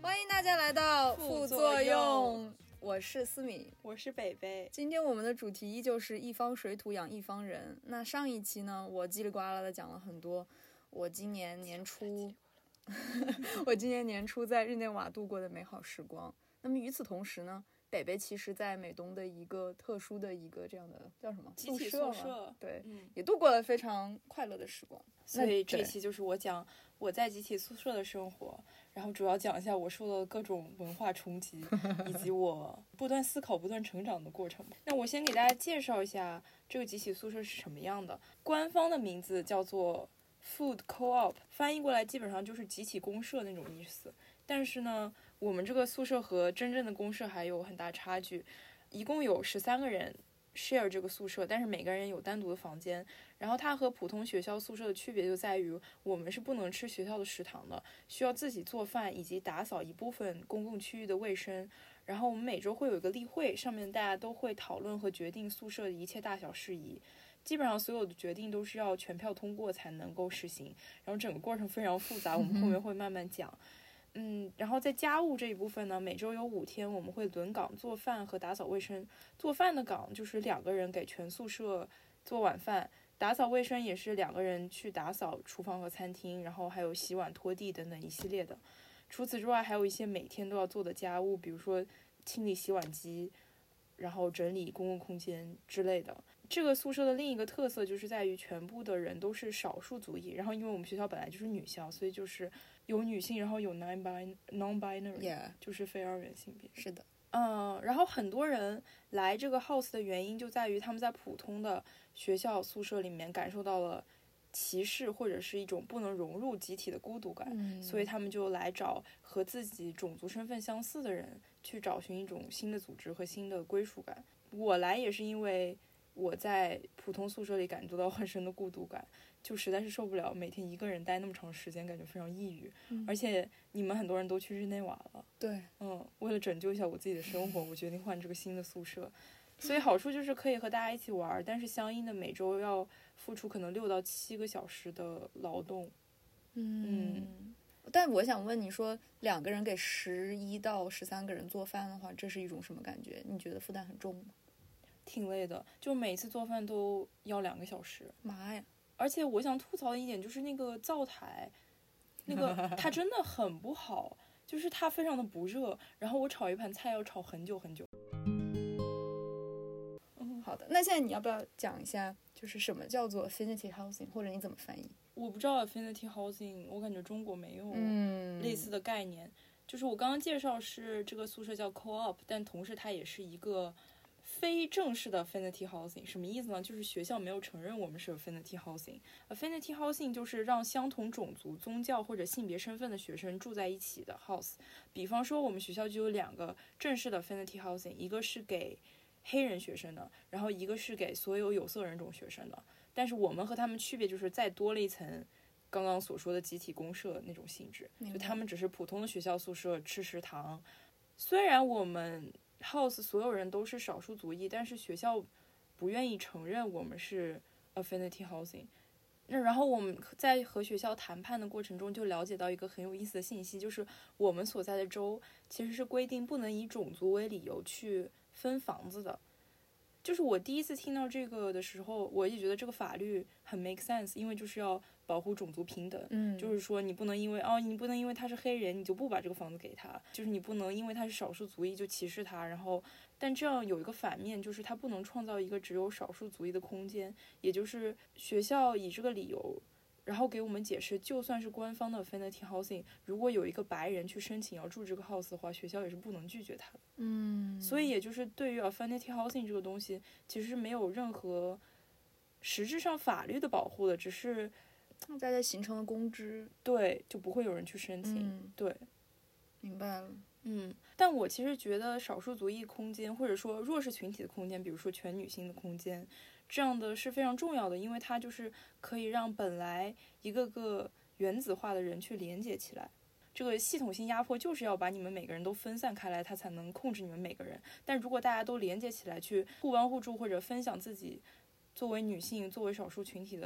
欢迎大家来到副作用，我是思敏， 我是北北。 今天我们的主题依旧是一方水土养一方人。那上一期呢，我叽里呱啦的讲了很多我今年年初在日内瓦度过的美好时光。那么与此同时呢，北北其实在美东的一个特殊的一个这样的叫什么集体宿舍， 对，也度过了非常快乐的时光。 所以这期就是我讲我在集体宿舍的生活，然后主要讲一下我受到的各种文化冲击以及我不断思考不断成长的过程。那我先给大家介绍一下这个集体宿舍是什么样的。官方的名字叫做 Food Co-op， 翻译过来基本上就是集体公社那种意思。但是呢，我们这个宿舍和真正的公社还有很大差距，一共有13个人 share 这个宿舍，但是每个人有单独的房间。然后它和普通学校宿舍的区别就在于，我们是不能吃学校的食堂的，需要自己做饭以及打扫一部分公共区域的卫生。然后我们每周会有一个例会，上面大家都会讨论和决定宿舍的一切大小事宜，基本上所有的决定都是要全票通过才能够实行，然后整个过程非常复杂，我们后面会慢慢讲。然后在家务这一部分呢，每周有5天我们会轮岗做饭和打扫卫生。做饭的岗就是2个人给全宿舍做晚饭，打扫卫生也是2个人去打扫厨房和餐厅，然后还有洗碗拖地等等一系列的。除此之外还有一些每天都要做的家务，比如说清理洗碗机，然后整理公共空间之类的。这个宿舍的另一个特色就是在于全部的人都是少数族裔，然后因为我们学校本来就是女校，所以就是有女性，然后有 non-binary， 就是非二元性别。 是的。 然后很多人来这个 house 的原因就在于他们在普通的学校宿舍里面感受到了歧视或者是一种不能融入集体的孤独感，所以他们就来找和自己种族身份相似的人，去找寻一种新的组织和新的归属感。我来也是因为我在普通宿舍里感觉到很深的孤独感，就实在是受不了每天一个人待那么长时间，感觉非常抑郁。而且你们很多人都去日内瓦了， 对， 为了拯救一下我自己的生活，我决定换这个新的宿舍。所以好处就是可以和大家一起玩，但是相应的每周要付出可能6到7个小时的劳动。 但我想问你说，2个人给11到13个人做饭的话，这是一种什么感觉？你觉得负担很重吗？ 挺累的，就每次做饭都要2个小时。 妈呀！ 而且我想吐槽的一点就是那个灶台，那个它真的很不好，就是它非常的不热，然后我炒一盘菜要炒很久很久。 好的，那现在你要不要讲一下，就是什么叫做 affinity housing， 或者你怎么翻译？ 我不知道 affinity housing， 我感觉中国没有类似的概念。就是我刚刚介绍是这个宿舍叫 co-op， 但同时它也是一个非正式的 affinity housing。 什么意思呢？就是学校没有承认我们是 affinity housing。 affinity housing 就是让相同种族、宗教或者性别身份的学生住在一起的 house。 比方说我们学校就有2个正式的 affinity housing， 一个是给黑人学生的，然后一个是给所有有色人种学生的。但是我们和他们区别就是再多了一层刚刚所说的集体公社那种性质，就他们只是普通的学校宿舍吃食堂。虽然我们 house 所有人都是少数族裔，但是学校不愿意承认我们是 affinity housing。然后我们在和学校谈判的过程中就了解到一个很有意思的信息，就是我们所在的州其实是规定不能以种族为理由去分房子的。就是我第一次听到这个的时候，我也觉得这个法律很 make sense， 因为就是要保护种族平等。就是说你不能因为他是黑人你就不把这个房子给他，就是你不能因为他是少数族裔就歧视他。然后但这样有一个反面，就是他不能创造一个只有少数族裔的空间，也就是学校以这个理由然后给我们解释，就算是官方的 affinity housing， 如果有一个白人去申请要住这个 house 的话，学校也是不能拒绝他的。所以也就是对于 affinity housing 这个东西其实是没有任何实质上法律的保护的，只是大家形成了公知， 对，就不会有人去申请。对， 明白了。 但我其实觉得少数族裔空间或者说弱势群体的空间，比如说全女性的空间，这样的是非常重要的，因为它就是可以让本来一个个原子化的人去连接起来。这个系统性压迫就是要把你们每个人都分散开来，它才能控制你们每个人。但如果大家都连接起来，去互帮互助或者分享自己作为女性作为少数群体的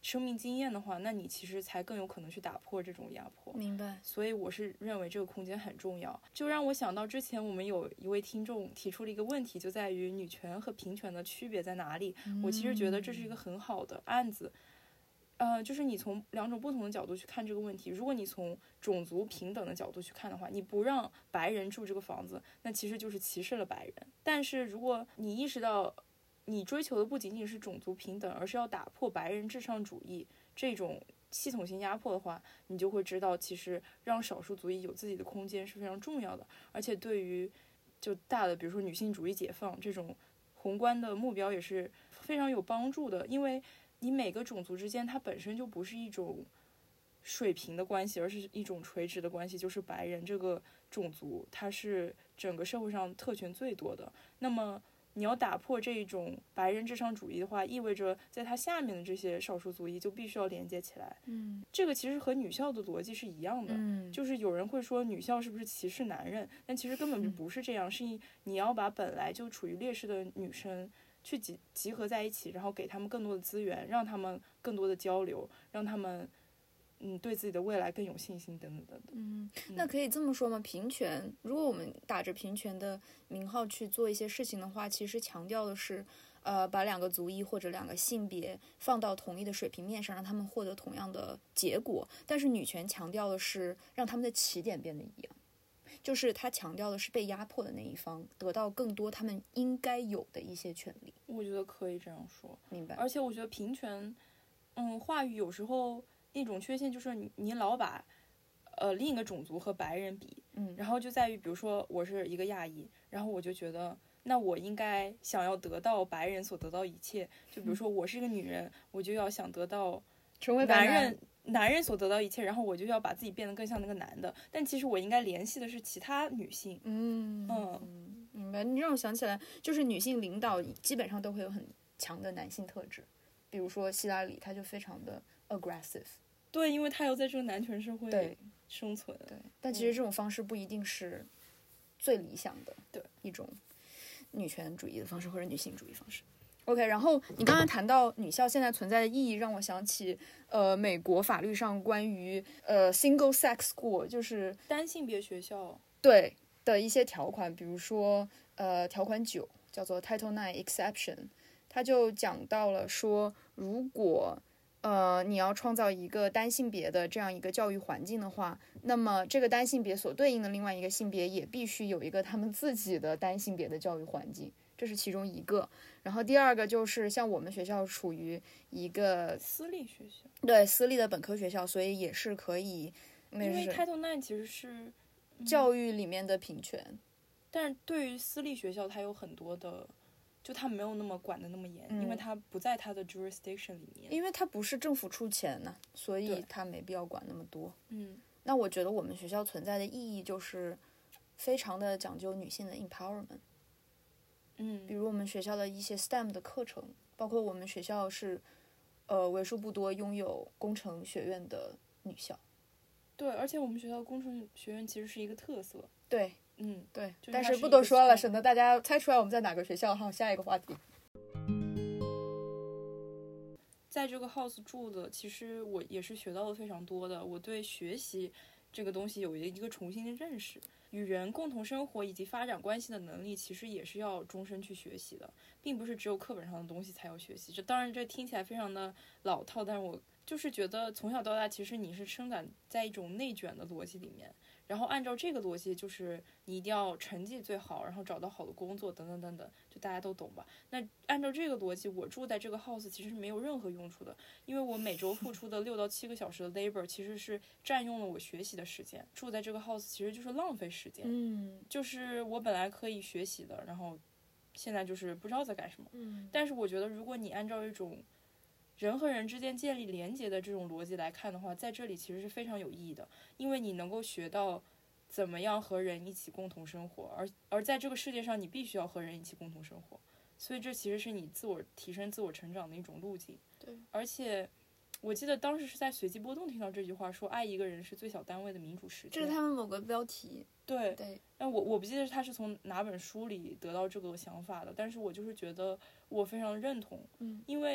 生命经验的话，那你其实才更有可能去打破这种压迫。 明白。 所以我是认为这个空间很重要，就让我想到之前我们有一位听众提出了一个问题，就在于女权和平权的区别在哪里。我其实觉得这是一个很好的案子。就是你从两种不同的角度去看这个问题。如果你从种族平等的角度去看的话，你不让白人住这个房子，那其实就是歧视了白人。但是如果你意识到你追求的不仅仅是种族平等，而是要打破白人至上主义这种系统性压迫的话，你就会知道其实让少数族裔有自己的空间是非常重要的。而且对于就大的比如说女性主义解放这种宏观的目标也是非常有帮助的。因为你每个种族之间它本身就不是一种水平的关系，而是一种垂直的关系，就是白人这个种族它是整个社会上特权最多的。那么你要打破这种白人至上主义的话，意味着在它下面的这些少数族裔就必须要连接起来。这个其实和女校的逻辑是一样的。就是有人会说女校是不是歧视男人，但其实根本就不是这样。是你要把本来就处于劣势的女生去集合在一起，然后给他们更多的资源，让他们更多的交流，让他们对自己的未来更有信心等等等等。 那可以这么说吗？平权，如果我们打着平权的名号去做一些事情的话，其实强调的是把两个族裔或者两个性别放到同一的水平面上，让他们获得同样的结果。但是女权强调的是让他们的起点变得一样，就是他强调的是被压迫的那一方得到更多他们应该有的一些权利。 我觉得可以这样说。 明白。 而且我觉得平权话语有时候一种缺陷就是你老把另一个种族和白人比，然后就在于比如说我是一个亚裔，然后我就觉得那我应该想要得到白人所得到一切。就比如说我是一个女人，我就要想得到成为男人所得到一切，然后我就要把自己变得更像那个男的。但其实我应该联系的是其他女性。 明白。你让我想起来，就是女性领导基本上都会有很强的男性特质，比如说希拉里，她就非常的 aggressive。 对，因为她要在这个男权社会生存。 对，但其实这种方式不一定是最理想的一种女权主义的方式或者女性主义方式。OK， 然后你刚才谈到女校现在存在的意义，让我想起美国法律上关于single sex school， 就是单性别学校对的一些条款，比如说条款9叫做 Title IX Exception， 它就讲到了说，如果你要创造一个单性别的这样一个教育环境的话，那么这个单性别所对应的另外一个性别也必须有一个他们自己的单性别的教育环境，这是其中一个。然后第二个就是像我们学校处于一个私立学校， 对，私立的本科学校，所以也是可以，因为 Title IX 其实是教育里面的平权， 但是对于私立学校它有很多的，就它没有那么管得那么严，因为它不在它的 jurisdiction 里面， 因为它不是政府出钱呢，所以它没必要管那么多。那我觉得我们学校存在的意义就是非常的讲究女性的 empowerment。比如我们学校的一些 STEM 的课程，包括我们学校是为数不多拥有工程学院的女校。 对，而且我们学校工程学院其实是一个特色。 对， 对， 但是不多说了，省得大家猜出来我们在哪个学校。好，下一个话题。 在这个 house 住的，其实我也是学到了非常多的。我对学习这个东西有一个重新的认识，与人共同生活以及发展关系的能力，其实也是要终身去学习的，并不是只有课本上的东西才要学习。当然这听起来非常的老套，但是我就是觉得从小到大，其实你是生长在一种内卷的逻辑里面，然后按照这个逻辑，就是你一定要成绩最好，然后找到好的工作等等等等，就大家都懂吧。那按照这个逻辑，我住在这个 house 其实是没有任何用处的，因为我每周付出的6到7个小时的 labor 其实是占用了我学习的时间。住在这个 house 其实就是浪费时间。就是我本来可以学习的，然后现在就是不知道在干什么。但是我觉得如果你按照一种人和人之间建立连接的这种逻辑来看的话，在这里其实是非常有意义的，因为你能够学到怎么样和人一起共同生活，而在这个世界上你必须要和人一起共同生活，所以这其实是你自我提升自我成长的一种路径。 对， 而且我记得当时是在随机波动听到这句话，说爱一个人是最小单位的民主时间， 这是他们某个标题。 对，但我不记得他是从哪本书里得到这个想法的，但是我就是觉得我非常认同。因为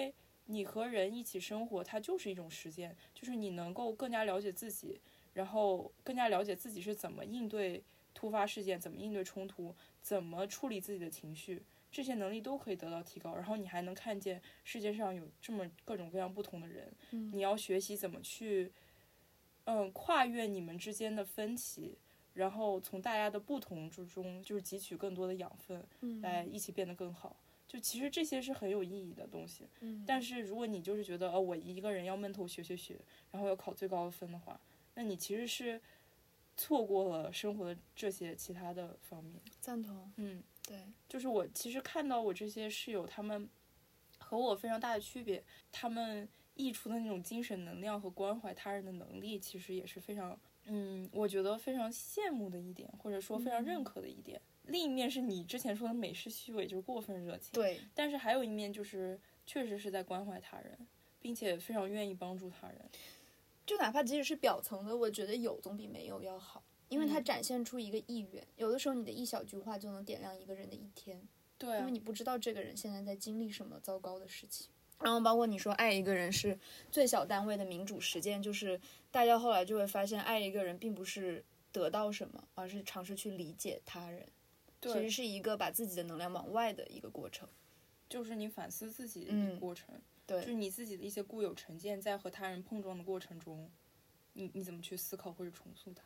你和人一起生活，它就是一种实践，就是你能够更加了解自己，然后更加了解自己是怎么应对突发事件，怎么应对冲突，怎么处理自己的情绪，这些能力都可以得到提高。然后你还能看见世界上有这么各种各样不同的人，你要学习怎么去跨越你们之间的分歧，然后从大家的不同之中就是汲取更多的养分，来一起变得更好。就其实这些是很有意义的东西，但是如果你就是觉得我一个人要闷头学，然后要考最高的分的话，那你其实是错过了生活的这些其他的方面。 赞同。对， 就是我其实看到我这些室友他们和我非常大的区别，他们溢出的那种精神能量和关怀他人的能力，其实也是非常我觉得非常羡慕的一点，或者说非常认可的一点。另一面是你之前说的美式虚伪，就是过分热情。 对， 但是还有一面就是确实是在关怀他人，并且非常愿意帮助他人。 就哪怕即使是表层的，我觉得有总比没有要好，因为它展现出一个意愿。有的时候你的一小句话就能点亮一个人的一天。 对， 因为你不知道这个人现在在经历什么糟糕的事情。然后包括你说爱一个人是最小单位的民主实践，就是大家后来就会发现爱一个人并不是得到什么，而是尝试去理解他人，其实是一个把自己的能量往外的一个过程， 就是你反思自己的一个过程。 对， 就是你自己的一些固有成见在和他人碰撞的过程中，你怎么去思考或者重塑它。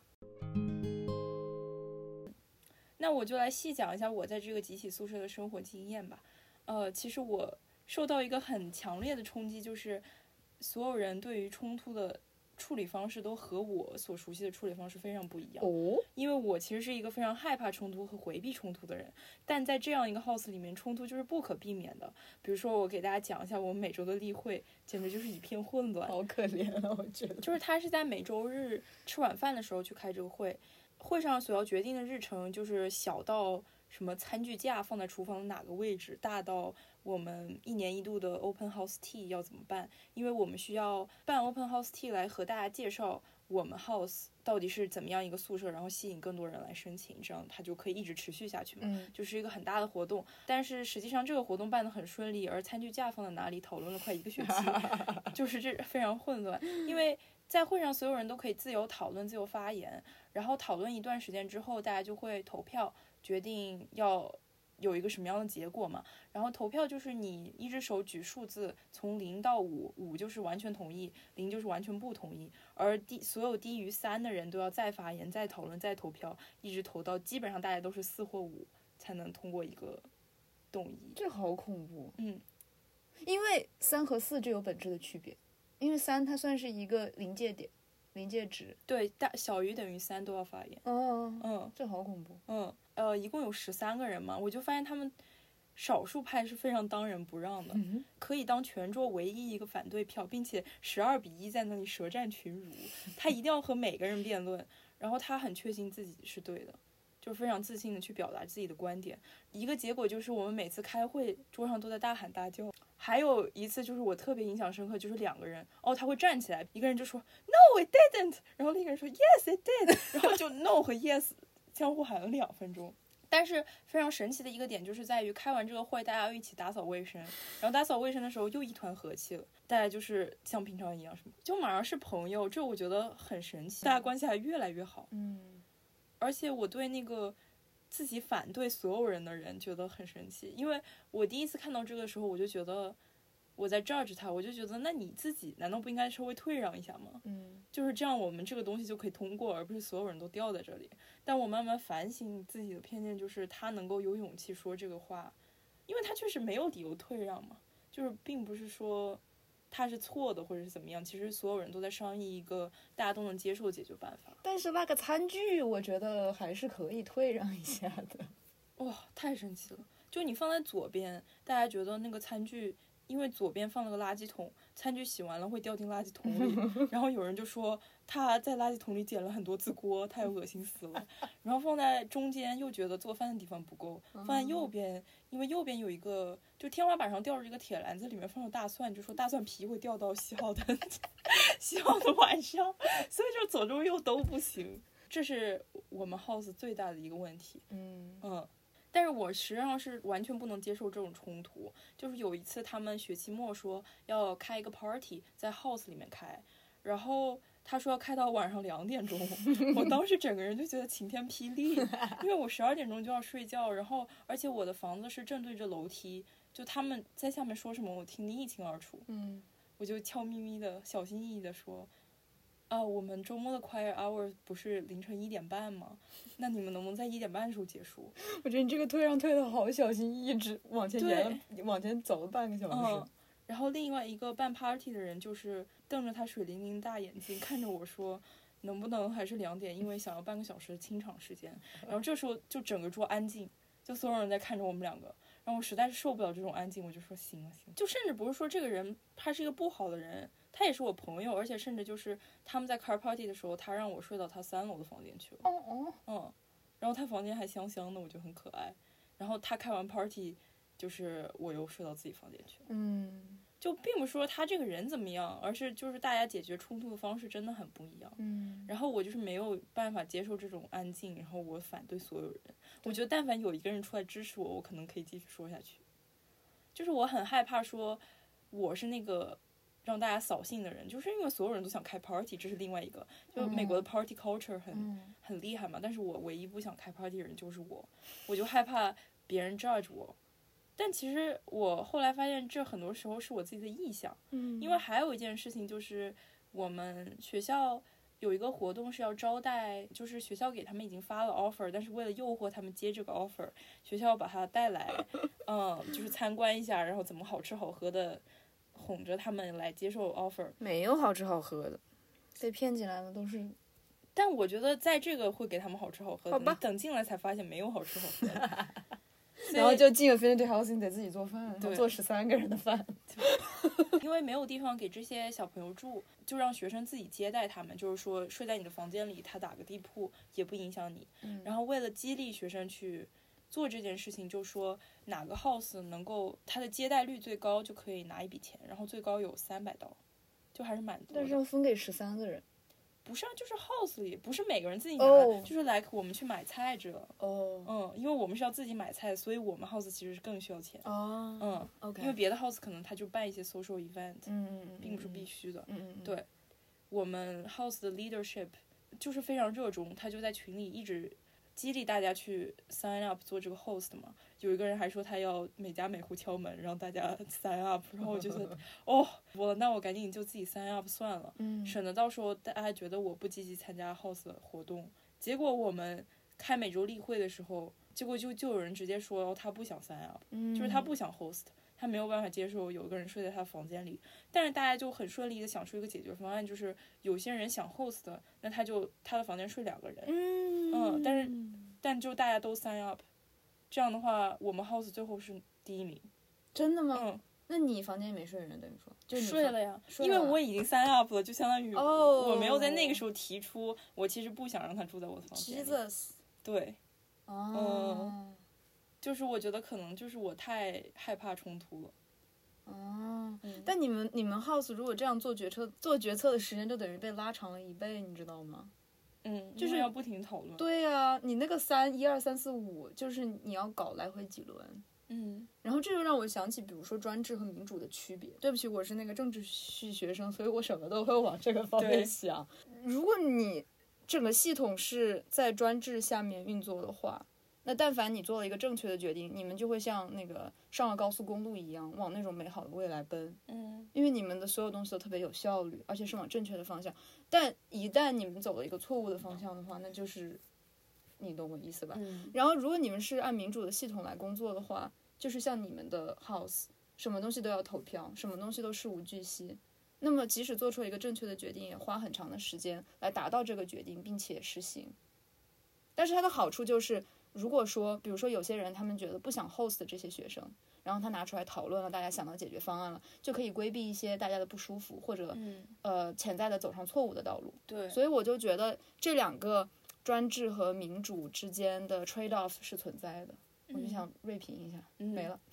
那我就来细讲一下我在这个集体宿舍的生活经验吧。其实我受到一个很强烈的冲击，就是所有人对于冲突的处理方式都和我所熟悉的处理方式非常不一样。因为我其实是一个非常害怕衝突和回避冲突的人，但在这样一个 house 里面，冲突就是不可避免的。比如说我给大家讲一下我们每周的例会，简直就是一片混乱。 好可怜啊，我觉得。 就是他是在每周日吃晚饭的时候去开这个会，会上所要决定的日程就是小到什么餐具架放在厨房的哪个位置，大到我们1年1度的 open house tea 要怎么办，因为我们需要办 open house tea 来和大家介绍我们 house 到底是怎么样一个宿舍，然后吸引更多人来申请，这样它就可以一直持续下去嘛。就是一个很大的活动。但是实际上这个活动办得很顺利，而餐具架放在哪里讨论了快1个学期就是这非常混乱。因为在会上所有人都可以自由讨论自由发言，然后讨论一段时间之后大家就会投票决定要有一个什么样的结果嘛。然后投票就是你一只手举数字，从0到5，5就是完全同意，0就是完全不同意，而所有低于3的人都要再发言再讨论再投票，一直投到基本上大家都是4或5才能通过一个动议。 这好恐怖。因为3和4这有本质的区别，因为3它算是一个临界点临界值， 对，小于等于3都要发言。 这好恐怖。 一共有13个人嘛，我就发现他们少数派是非常当仁不让的，可以当全桌唯一一个反对票，并且12:1在那里舌战群儒。他一定要和每个人辩论，然后他很确信自己是对的，就非常自信的去表达自己的观点。一个结果就是我们每次开会桌上都在大喊大叫。还有一次就是我特别印象深刻，就是2个人他会站起来，一个人就说 No it didn't， 然后另一个人说 Yes it did， 然后就 No 和 Yes 相互喊了2分钟。但是非常神奇的一个点就是在于开完这个会大家要一起打扫卫生，然后打扫卫生的时候又一团和气了，大家就是像平常一样什么就马上是朋友，这我觉得很神奇，大家关系还越来越好。而且我对那个自己反对所有人的人觉得很神奇，因为我第一次看到这个时候我就觉得我在 judge 他，我就觉得那你自己难道不应该稍微退让一下吗？就是这样我们这个东西就可以通过，而不是所有人都掉在这里。但我慢慢反省自己的偏见，就是他能够有勇气说这个话，因为他确实没有理由退让嘛，就是并不是说他是错的或者是怎么样，其实所有人都在商议一个大家都能接受的解决办法。 但是那个餐具我觉得还是可以退让一下的。 哇，太神奇了，就你放在左边大家觉得那个餐具，因为左边放了个垃圾桶，餐具洗完了会掉进垃圾桶里然后有人就说他在垃圾桶里捡了很多次锅，太恶心死了然后放在中间又觉得做饭的地方不够，放在右边因为右边有一个就天花板上吊着一个铁篮子，里面放了大蒜，就说大蒜皮会掉到洗好的碗上，所以就左中右都不行，这是我们 house 最大的一个问题。 但是我实际上是完全不能接受这种冲突。就是有一次他们学期末说要开一个 party 在 house 里面开，然后他说要开到晚上2点钟，我当时整个人就觉得晴天霹雳，因为我12点钟就要睡觉，然后而且我的房子是正对着楼梯，就他们在下面说什么我听得一清二楚。我就悄咪咪的小心翼翼的说我们周末的 quiet hour 不是凌晨1点半吗？那你们能不能在1点半的时候结束？ 我觉得你这个退让退的好小心翼翼，只往前往前走了半个小时。 然后另外一个办 party 的人就是瞪着他水灵灵大眼睛看着我说能不能还是2点，因为想要半个小时的清场时间。然后这时候就整个桌安静，就所有人在看着我们2个，然后我实在是受不了这种安静，我就说行了，就甚至不是说这个人他是一个不好的人，他也是我朋友，而且甚至就是他们在 car party 的时候，他让我睡到他3楼的房间去了。然后他房间还香香的，我觉得很可爱。然后他开完 party，就是我又睡到自己房间去了。就并不是说他这个人怎么样，而是就是大家解决冲突的方式真的很不一样。然后我就是没有办法接受这种安静，然后我反对所有人。我觉得但凡有一个人出来支持我，我可能可以继续说下去。就是我很害怕说我是那个让大家扫兴的人，就是因为所有人都想开 party， 这是另外一个，就美国的 party culture 很厉害嘛。但是我唯一不想开 party 的人就是我就害怕别人 judge 我。但其实我后来发现这很多时候是我自己的臆想。因为还有一件事情就是我们学校有一个活动是要招待，就是学校给他们已经发了 offer， 但是为了诱惑他们接这个 offer， 学校把他带来就是参观一下，然后怎么好吃好喝的哄着他们来接受 offer。 没有好吃好喝的，被骗进来的都是。 但我觉得在这个会给他们好吃好喝的，你等进来才发现没有好吃好喝的然后就进了 Infinity Housing 得自己做饭，做13个人的饭因为没有地方给这些小朋友住，就让学生自己接待他们，就是说睡在你的房间里，他打个地铺也不影响你。然后为了激励学生去做这件事情，就说哪个 house 能够它的接待率最高就可以拿一笔钱，然后最高有$300，就还是蛮多的。 但是要分给13个人。 不是就是 house 里不是每个人自己拿就是来我们去买菜这因为我们是要自己买菜，所以我们 house 其实是更需要钱因为别的 house 可能他就办一些 social event，并不是必须的。对，我们 house 的 leadership 就是非常热衷，他就在群里一直激励大家去 sign up 做这个 host 嘛。有一个人还说他要每家每户敲门让大家 sign up， 然后我就觉得那我赶紧就自己 sign up 算了，省得到时候大家觉得我不积极参加 house 的活动。结果我们开每周例会的时候，结果就有人直接说他不想 sign up，就是他不想 host，他没有办法接受有个人睡在他房间里。但是大家就很顺利的想出一个解决方案，就是有些人想 host 的，那他的房间睡2个人，但就大家都 sign up， 这样的话我们 house 最后是第1名。 真的吗？那你房间没睡人，等于说就睡了呀，因为我已经 sign up 了，就相当于我没有在那个时候提出我其实不想让他住在我的房间里。 Jesus， 对，就是我觉得可能就是我太害怕冲突了。 但你们 house 如果这样做决策的时间就等于被拉长了1倍，你知道吗？ 就是要不停讨论。 对啊，你那个1、2、3、4、5就是你要搞来回几轮。然后这就让我想起比如说专制和民主的区别。对不起，我是那个政治系学生，所以我什么都会往这个方面想。如果你整个系统是在专制下面运作的话，那但凡你做了一个正确的决定，你们就会像那个上了高速公路一样往那种美好的未来奔。因为你们的所有东西都特别有效率，而且是往正确的方向。但一旦你们走了一个错误的方向的话，那就是你懂我意思吧？然后如果你们是按民主的系统来工作的话，就是像你们的 house， 什么东西都要投票，什么东西都事无巨细。那么即使做出了一个正确的决定，也花很长的时间来达到这个决定并且实行。但是它的好处就是，如果说比如说有些人他们觉得不想 host 这些学生，然后他拿出来讨论了，大家想到解决方案了，就可以规避一些大家的不舒服，或者潜在的走上错误的道路。 对， 所以我就觉得这2个专制和民主之间的 trade off 是存在的。我就想锐评一下，没了。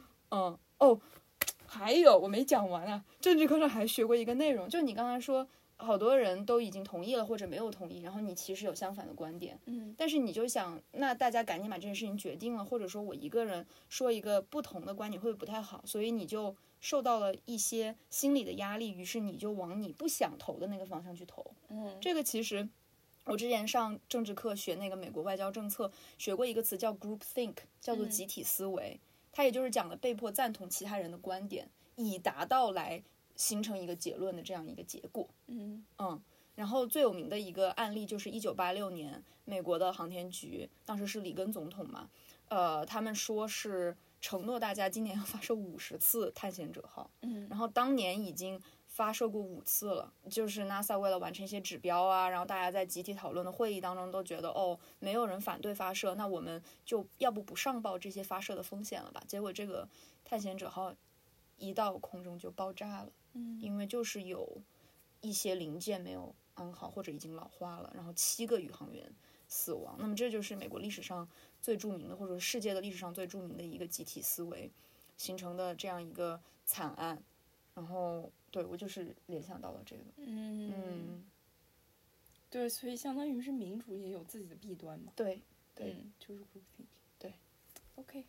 还有我没讲完啊，政治课上还学过一个内容，就你刚才说好多人都已经同意了或者没有同意，然后你其实有相反的观点，但是你就想，那大家赶紧把这件事情决定了，或者说我一个人说一个不同的观点会不会不太好，所以你就受到了一些心理的压力，于是你就往你不想投的那个方向去投。这个其实我之前上政治课学那个美国外交政策，学过一个词叫 group think， 叫做集体思维，它也就是讲了被迫赞同其他人的观点，以达到来形成一个结论的这样一个结果。然后最有名的一个案例就是1986年美国的航天局，当时是里根总统嘛，他们说是承诺大家今年要发射50次探险者号，然后当年已经发射过5次了，就是 NASA 为了完成一些指标啊，然后大家在集体讨论的会议当中都觉得没有人反对发射，那我们就要不上报这些发射的风险了吧，结果这个探险者号一到空中就爆炸了，因为就是有一些零件没有安好或者已经老化了，然后7个宇航员死亡。那么这就是美国历史上最著名的，或者世界的历史上最著名的一个集体思维形成的这样一个惨案。然后对，我就是联想到了这个。 对，所以相当于是民主也有自己的弊端嘛。 对， 就是 group think。 对 ，OK。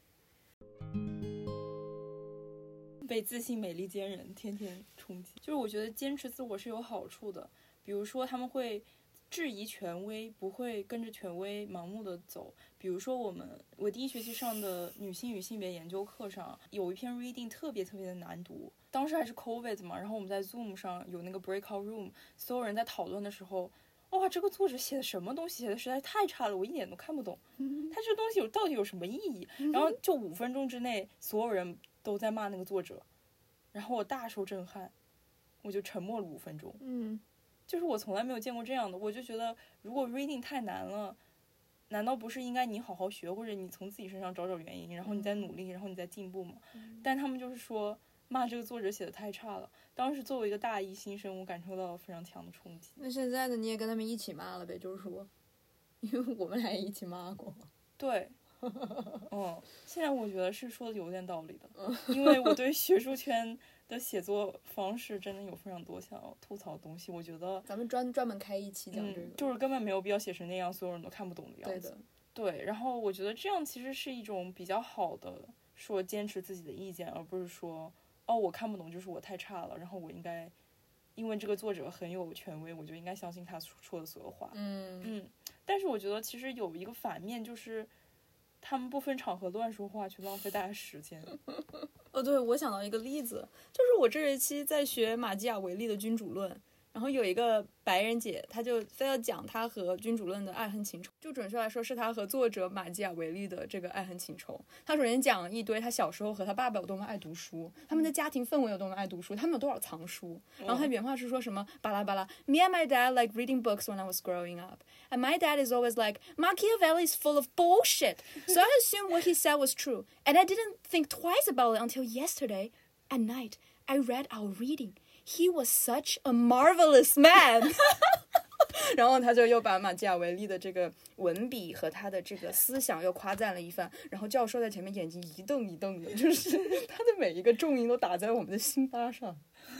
被自信美利坚人天天冲击，就是我觉得坚持自我是有好处的，比如说他们会质疑权威，不会跟着权威盲目的走。比如说我第一学期上的女性与性别研究课上，有一篇 reading 特别的难读，当时还是 COVID 嘛，然后我们在 Zoom 上有那个 breakout room， 所有人在讨论的时候，哇，这个作者写的什么东西，写的实在太差了，我一点都看不懂，他这个东西到底有什么意义？然后就5分钟之内，所有人都在骂那个作者，然后我大受震撼，我就沉默了5分钟。就是我从来没有见过这样的，我就觉得如果 reading 太难了，难道不是应该你好好学，或者你从自己身上找原因，然后你再努力，然后你再进步吗？但他们就是说骂这个作者写的太差了。当时作为一个大一新生，我感受到了非常强的冲击。 那现在呢，你也跟他们一起骂了呗，就是说，因为我们俩也一起骂过。 对。现在我觉得是说的有点道理的，因为我对学术圈的写作方式真的有非常多想要吐槽的东西。我觉得咱们专门开一期讲这个， 就是根本没有必要写成那样所有人都看不懂的样子。对，然后我觉得这样其实是一种比较好的说坚持自己的意见，而不是说我看不懂就是我太差了，然后我应该因为这个作者很有权威，我就应该相信他说的所有话。但是我觉得其实有一个反面，就是他们不分场合乱说话，去浪费大家时间。 对，我想到一个例子，就是我这一期在学马基雅维利的君主论，然后有一个白人姐，她就非要讲她和君主论的爱恨情仇，就准确来说是她和作者马基雅维利的这个爱恨情仇。她首先讲了一堆她小时候和她爸爸有多么爱读书，他们的家庭氛围有多么爱读书，他们有多少藏书。然后她原话是说什么巴拉巴拉 Me and my dad like reading books when I was growing up, and my dad is always like Machiavelli is full of bullshit, so I assumed what he said was true, and I didn't think twice about it until yesterday at night I read our reading.He was such a marvelous man 然后他就又把马基雅维利的这个文笔和他的这个思想又夸赞了一番，然后教授在前面眼睛一瞪一瞪的，就是他的每一个重音都打在我们的心巴上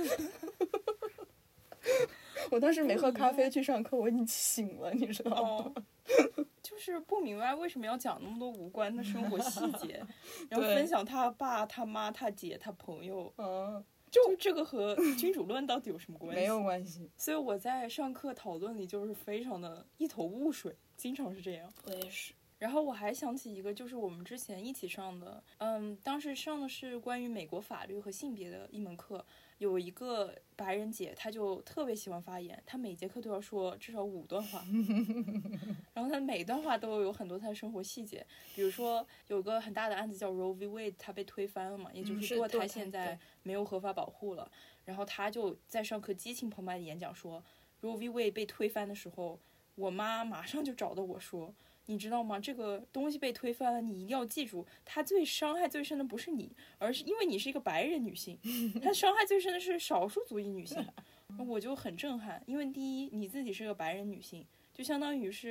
我当时没喝咖啡去上课，我已经醒了，你知道吗？ 就是不明白为什么要讲那么多无关的生活细节然后分享他爸他妈他姐他朋友就这个和君主论到底有什么关系？ 没有关系。 所以我在上课讨论里就是非常的一头雾水，经常是这样。 我也是。 然后我还想起一个，就是我们之前一起上的，当时上的是关于美国法律和性别的一门课，有一个白人姐，她就特别喜欢发言，她每节课都要说至少5段话，然后她每一段话都有很多她的生活细节，比如说有个很大的案子叫 Roe v. Wade， 她被推翻了嘛，也就是堕胎现在没有合法保护了，然后她就在上课激情澎湃的演讲说 Roe v. Wade 被推翻的时候，我妈马上就找到我说，你知道吗？这个东西被推翻了，你一定要记住，它伤害最深的不是你，而是因为你是一个白人女性，它伤害最深的是少数族裔女性。我就很震撼，因为第一，你自己是个白人女性，就相当于是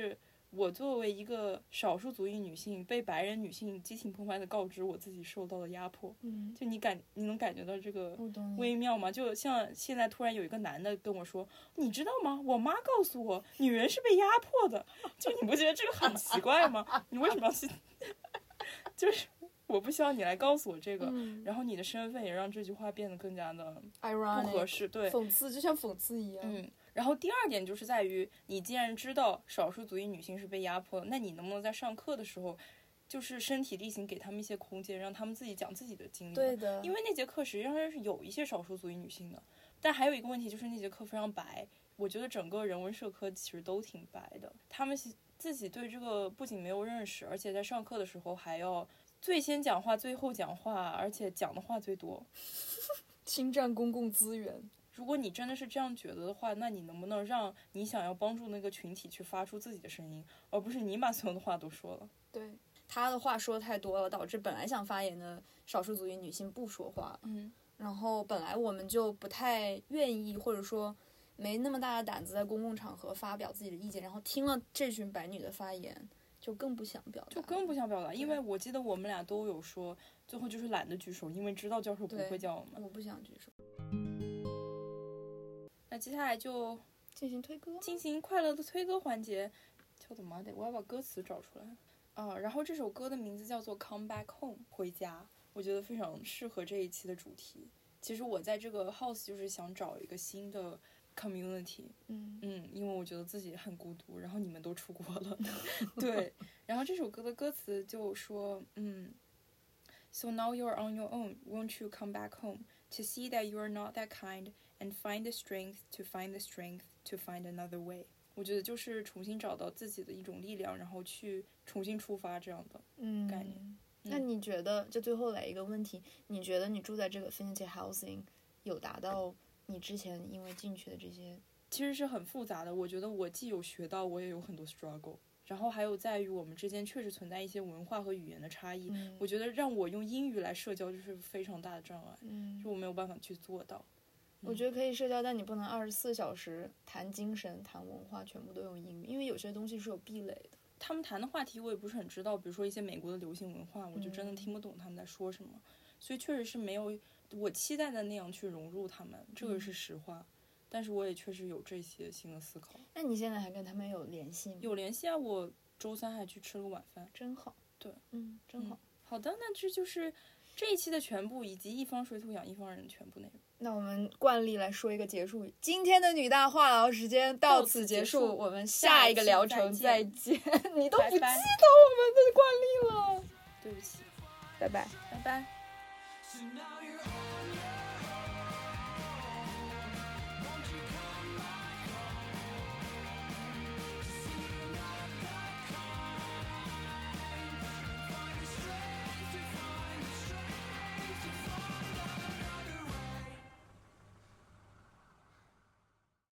我作为一个少数族裔女性，被白人女性激情澎湃的告知我自己受到了压迫，就你能感觉到这个微妙吗？就像现在突然有一个男的跟我说，你知道吗？我妈告诉我，女人是被压迫的，就你不觉得这个很奇怪吗？你为什么要去？就是我不需要你来告诉我这个，然后你的身份也让这句话变得更加的不合适，对， 讽刺，就像讽刺一样。 然后第二点就是在于，你既然知道少数族裔女性是被压迫的，那你能不能在上课的时候，就是身体力行给他们一些空间，让他们自己讲自己的经历？ 对的， 因为那节课实际上是有一些少数族裔女性的，但还有一个问题就是那节课非常白。我觉得整个人文社科其实都挺白的，他们自己对这个不仅没有认识，而且在上课的时候还要最先讲话，最后讲话，而且讲的话最多， 侵占公共资源。 如果你真的是这样觉得的话，那你能不能让你想要帮助那个群体去发出自己的声音，而不是你把所有的话都说了？ 对，他的话说太多了，导致本来想发言的少数族裔女性不说话。然后本来我们就不太愿意，或者说没那么大的胆子在公共场合发表自己的意见，然后听了这群白女的发言，就更不想表达。 因为我记得我们俩都有说，最后就是懒得举手，因为知道教授不会叫我们。 我不想举手。 那接下来就进行快乐的推歌环节。叫怎么得？我要把歌词找出来。然后这首歌的名字叫做 Come Back Home， 回家。我觉得非常适合这一期的主题。其实我在这个 house 就是想找一个新的 community， 因为我觉得自己很孤独，然后你们都出国了，对。然后这首歌的歌词就说，So now you're on your own, won't you come back home to see that you're not that kind and find the strength to find the strength to find another way。我觉得就是重新找到自己的一种力量，然后去重新出发这样的概念。 那你觉得，就最后来一个问题，你觉得你住在这个 Affinity Housing 有达到你之前因为进去的这些？ 其实是很复杂的，我觉得我既有学到，我也有很多 struggle， 然后还有在于我们之间确实存在一些文化和语言的差异。我觉得让我用英语来社交就是非常大的障碍，就我没有办法去做到。 我觉得可以社交，但你不能24小时谈精神、谈文化，全部都用英语，因为有些东西是有壁垒的。 他们谈的话题我也不是很知道，比如说一些美国的流行文化，我就真的听不懂他们在说什么，所以确实是没有我期待的那样去融入他们，这个是实话。但是我也确实有这些新的思考。 那你现在还跟他们有联系吗？ 有联系啊，我周3还去吃了个晚饭。 真好。 对， 真好。 好的，那这就是这一期的全部，以及一方水土养一方人的全部内容。 那我们惯例来说一个结束语，今天的女大话痨时间到此结束，我们下一个疗程再见。你都不记得我们的惯例了， 对不起， 拜拜， 拜拜。